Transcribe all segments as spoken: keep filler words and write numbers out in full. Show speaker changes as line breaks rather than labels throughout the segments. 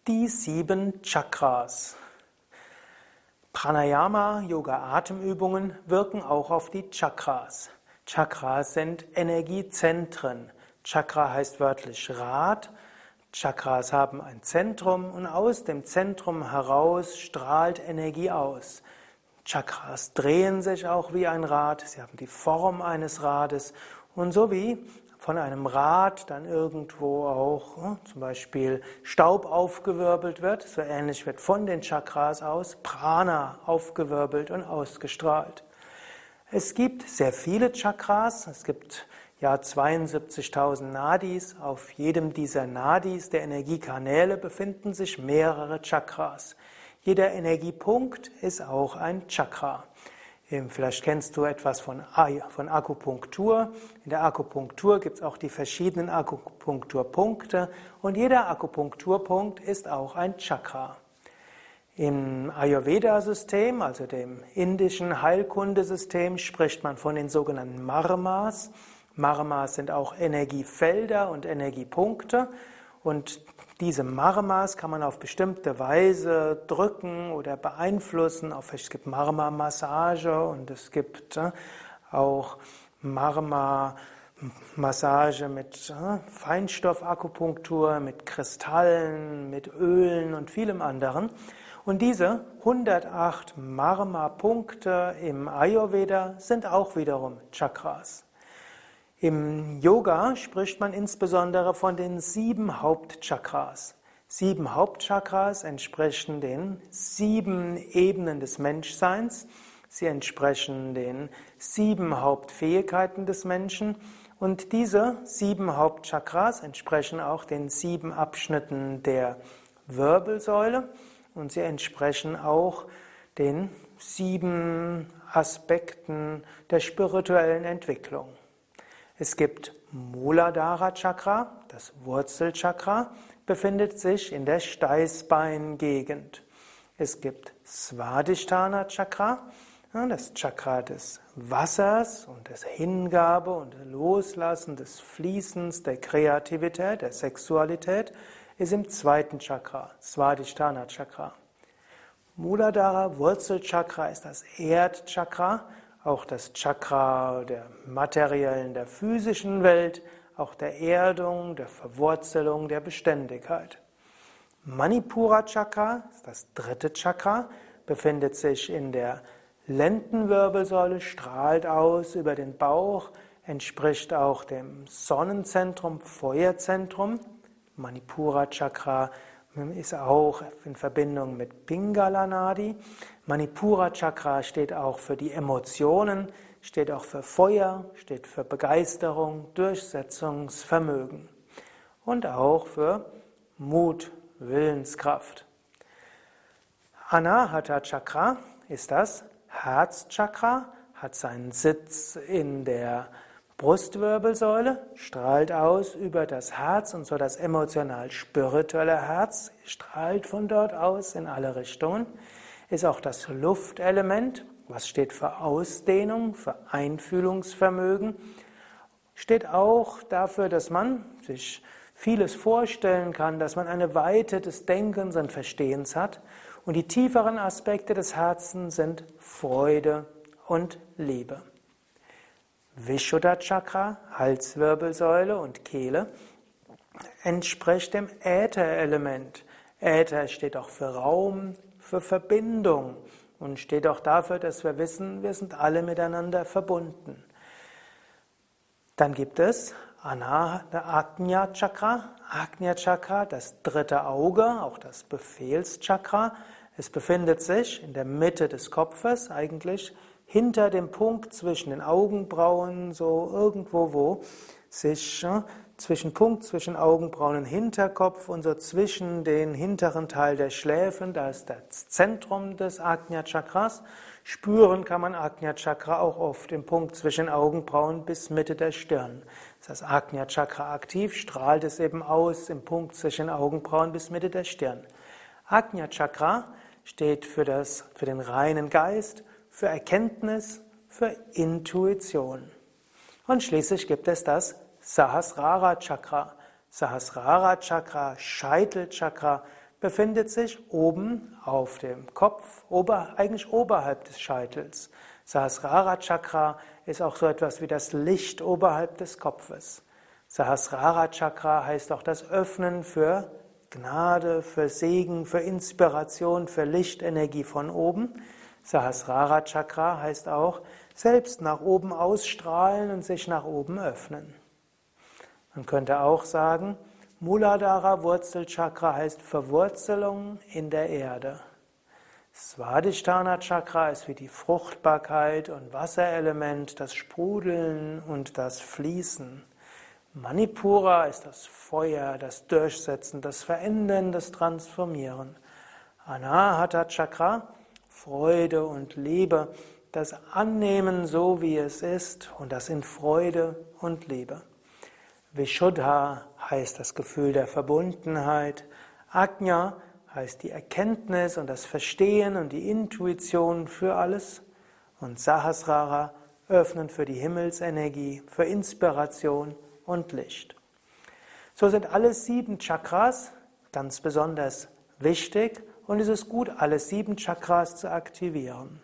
Die sieben Chakras. Pranayama, Yoga-Atemübungen wirken auch auf die Chakras. Chakras sind Energiezentren. Chakra heißt wörtlich Rad. Chakras haben ein Zentrum und aus dem Zentrum heraus strahlt Energie aus. Chakras drehen sich auch wie ein Rad. Sie haben die Form eines Rades. Und so wie von einem Rad dann irgendwo auch hm, zum Beispiel Staub aufgewirbelt wird, so ähnlich wird von den Chakras aus Prana aufgewirbelt und ausgestrahlt. Es gibt sehr viele Chakras, es gibt ja zweiundsiebzigtausend Nadis, auf jedem dieser Nadis, der Energiekanäle, befinden sich mehrere Chakras. Jeder Energiepunkt ist auch ein Chakra. Vielleicht kennst du etwas von, von Akupunktur. In der Akupunktur gibt es auch die verschiedenen Akupunkturpunkte und jeder Akupunkturpunkt ist auch ein Chakra. Im Ayurveda-System, also dem indischen Heilkundesystem, spricht man von den sogenannten Marmas. Marmas sind auch Energiefelder und Energiepunkte. Und diese Marmas kann man auf bestimmte Weise drücken oder beeinflussen. Es gibt Marma-Massage und es gibt auch Marma-Massage mit Feinstoffakupunktur, mit Kristallen, mit Ölen und vielem anderen. Und diese hundertacht Marma-Punkte im Ayurveda sind auch wiederum Chakras. Im Yoga spricht man insbesondere von den sieben Hauptchakras. Sieben Hauptchakras entsprechen den sieben Ebenen des Menschseins. Sie entsprechen den sieben Hauptfähigkeiten des Menschen. Und diese sieben Hauptchakras entsprechen auch den sieben Abschnitten der Wirbelsäule. Und sie entsprechen auch den sieben Aspekten der spirituellen Entwicklung. Es gibt Muladhara Chakra, das Wurzelchakra, befindet sich in der Steißbeingegend. Es gibt Svadhisthana Chakra, das Chakra des Wassers und des Hingabe und Loslassen, des Fließens, der Kreativität, der Sexualität, ist im zweiten Chakra, Svadhisthana Chakra. Muladhara Wurzelchakra ist das Erdchakra, auch das Chakra der materiellen, der physischen Welt, auch der Erdung, der Verwurzelung, der Beständigkeit. Manipura Chakra, das dritte Chakra, befindet sich in der Lendenwirbelsäule, strahlt aus über den Bauch, entspricht auch dem Sonnenzentrum, Feuerzentrum. Manipura Chakra ist auch in Verbindung mit Pingala Nadi. Manipura Chakra steht auch für die Emotionen, steht auch für Feuer, steht für Begeisterung, Durchsetzungsvermögen und auch für Mut, Willenskraft. Anahata Chakra ist das Herzchakra, hat seinen Sitz in der Brustwirbelsäule, strahlt aus über das Herz und so das emotional-spirituelle Herz, strahlt von dort aus in alle Richtungen, ist auch das Luftelement, was steht für Ausdehnung, für Einfühlungsvermögen, steht auch dafür, dass man sich vieles vorstellen kann, dass man eine Weite des Denkens und Verstehens hat und die tieferen Aspekte des Herzens sind Freude und Liebe. Vishuddha Chakra, Halswirbelsäule und Kehle, entspricht dem Ätherelement. Äther steht auch für Raum, für Verbindung und steht auch dafür, dass wir wissen, wir sind alle miteinander verbunden. Dann gibt es Ajna Chakra, Ajna Chakra, das dritte Auge, auch das Befehlschakra. Es befindet sich in der Mitte des Kopfes, eigentlich hinter dem Punkt zwischen den Augenbrauen, so irgendwo, wo sich äh, zwischen Punkt zwischen Augenbrauen und Hinterkopf und so zwischen den hinteren Teil der Schläfen, da ist das Zentrum des Ajna Chakras. Spüren kann man Ajna Chakra auch oft im Punkt zwischen Augenbrauen bis Mitte der Stirn. Ist das Ajna Chakra aktiv, strahlt es eben aus im Punkt zwischen Augenbrauen bis Mitte der Stirn. Ajna Chakra steht für das, für den reinen Geist, für Erkenntnis, für Intuition. Und schließlich gibt es das Sahasrara Chakra. Sahasrara Chakra, Scheitelchakra, befindet sich oben auf dem Kopf, ober, eigentlich oberhalb des Scheitels. Sahasrara Chakra ist auch so etwas wie das Licht oberhalb des Kopfes. Sahasrara Chakra heißt auch das Öffnen für Gnade, für Segen, für Inspiration, für Lichtenergie von oben. Sahasrara Chakra heißt auch selbst nach oben ausstrahlen und sich nach oben öffnen. Man könnte auch sagen, Muladhara Wurzelchakra heißt Verwurzelung in der Erde. Svadhisthana Chakra ist wie die Fruchtbarkeit und Wasserelement, das Sprudeln und das Fließen. Manipura ist das Feuer, das Durchsetzen, das Verändern, das Transformieren. Anahata Chakra, Freude und Liebe, das Annehmen so wie es ist und das in Freude und Liebe. Vishuddha heißt das Gefühl der Verbundenheit. Ajna heißt die Erkenntnis und das Verstehen und die Intuition für alles. Und Sahasrara öffnen für die Himmelsenergie, für Inspiration und Licht. So sind alle sieben Chakras ganz besonders wichtig und es ist gut, alle sieben Chakras zu aktivieren.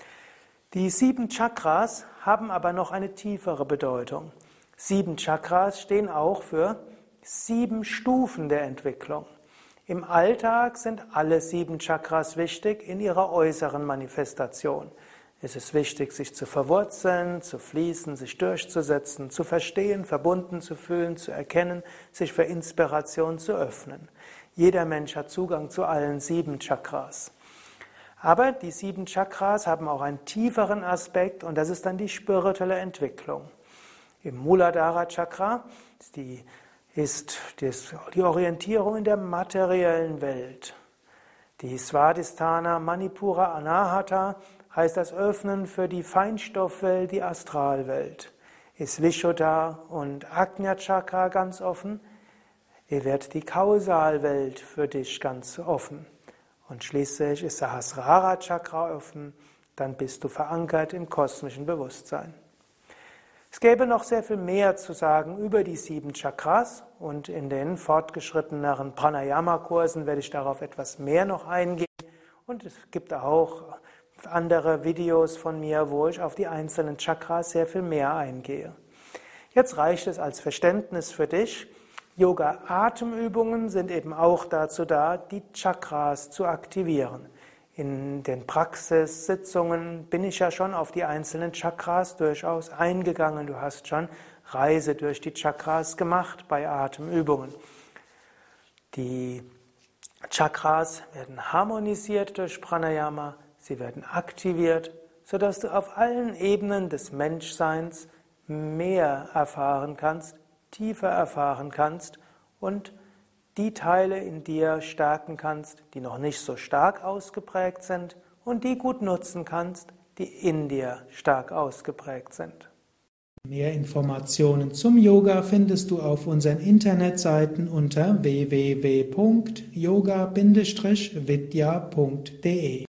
Die sieben Chakras haben aber noch eine tiefere Bedeutung. Sieben Chakras stehen auch für sieben Stufen der Entwicklung. Im Alltag sind alle sieben Chakras wichtig in ihrer äußeren Manifestation. Es ist wichtig, sich zu verwurzeln, zu fließen, sich durchzusetzen, zu verstehen, verbunden zu fühlen, zu erkennen, sich für Inspiration zu öffnen. Jeder Mensch hat Zugang zu allen sieben Chakras. Aber die sieben Chakras haben auch einen tieferen Aspekt und das ist dann die spirituelle Entwicklung. Im Muladhara Chakra ist die, ist die Orientierung in der materiellen Welt. Die Svadhisthana Manipura Anahata heißt das Öffnen für die Feinstoffwelt, die Astralwelt. Ist Vishuddha und Ajna Chakra ganz offen, wird die Kausalwelt für dich ganz offen. Und schließlich ist Sahasrara Chakra offen, dann bist du verankert im kosmischen Bewusstsein. Es gäbe noch sehr viel mehr zu sagen über die sieben Chakras und in den fortgeschritteneren Pranayama-Kursen werde ich darauf etwas mehr noch eingehen. Und es gibt auch andere Videos von mir, wo ich auf die einzelnen Chakras sehr viel mehr eingehe. Jetzt reicht es als Verständnis für dich. Yoga-Atemübungen sind eben auch dazu da, die Chakras zu aktivieren. In den Praxissitzungen bin ich ja schon auf die einzelnen Chakras durchaus eingegangen. Du hast schon Reise durch die Chakras gemacht bei Atemübungen. Die Chakras werden harmonisiert durch Pranayama, sie werden aktiviert, sodass du auf allen Ebenen des Menschseins mehr erfahren kannst, tiefer erfahren kannst und die Teile in dir stärken kannst, die noch nicht so stark ausgeprägt sind und die gut nutzen kannst, die in dir stark ausgeprägt sind.
Mehr Informationen zum Yoga findest du auf unseren Internetseiten unter w w w punkt yoga Bindestrich vidya punkt de.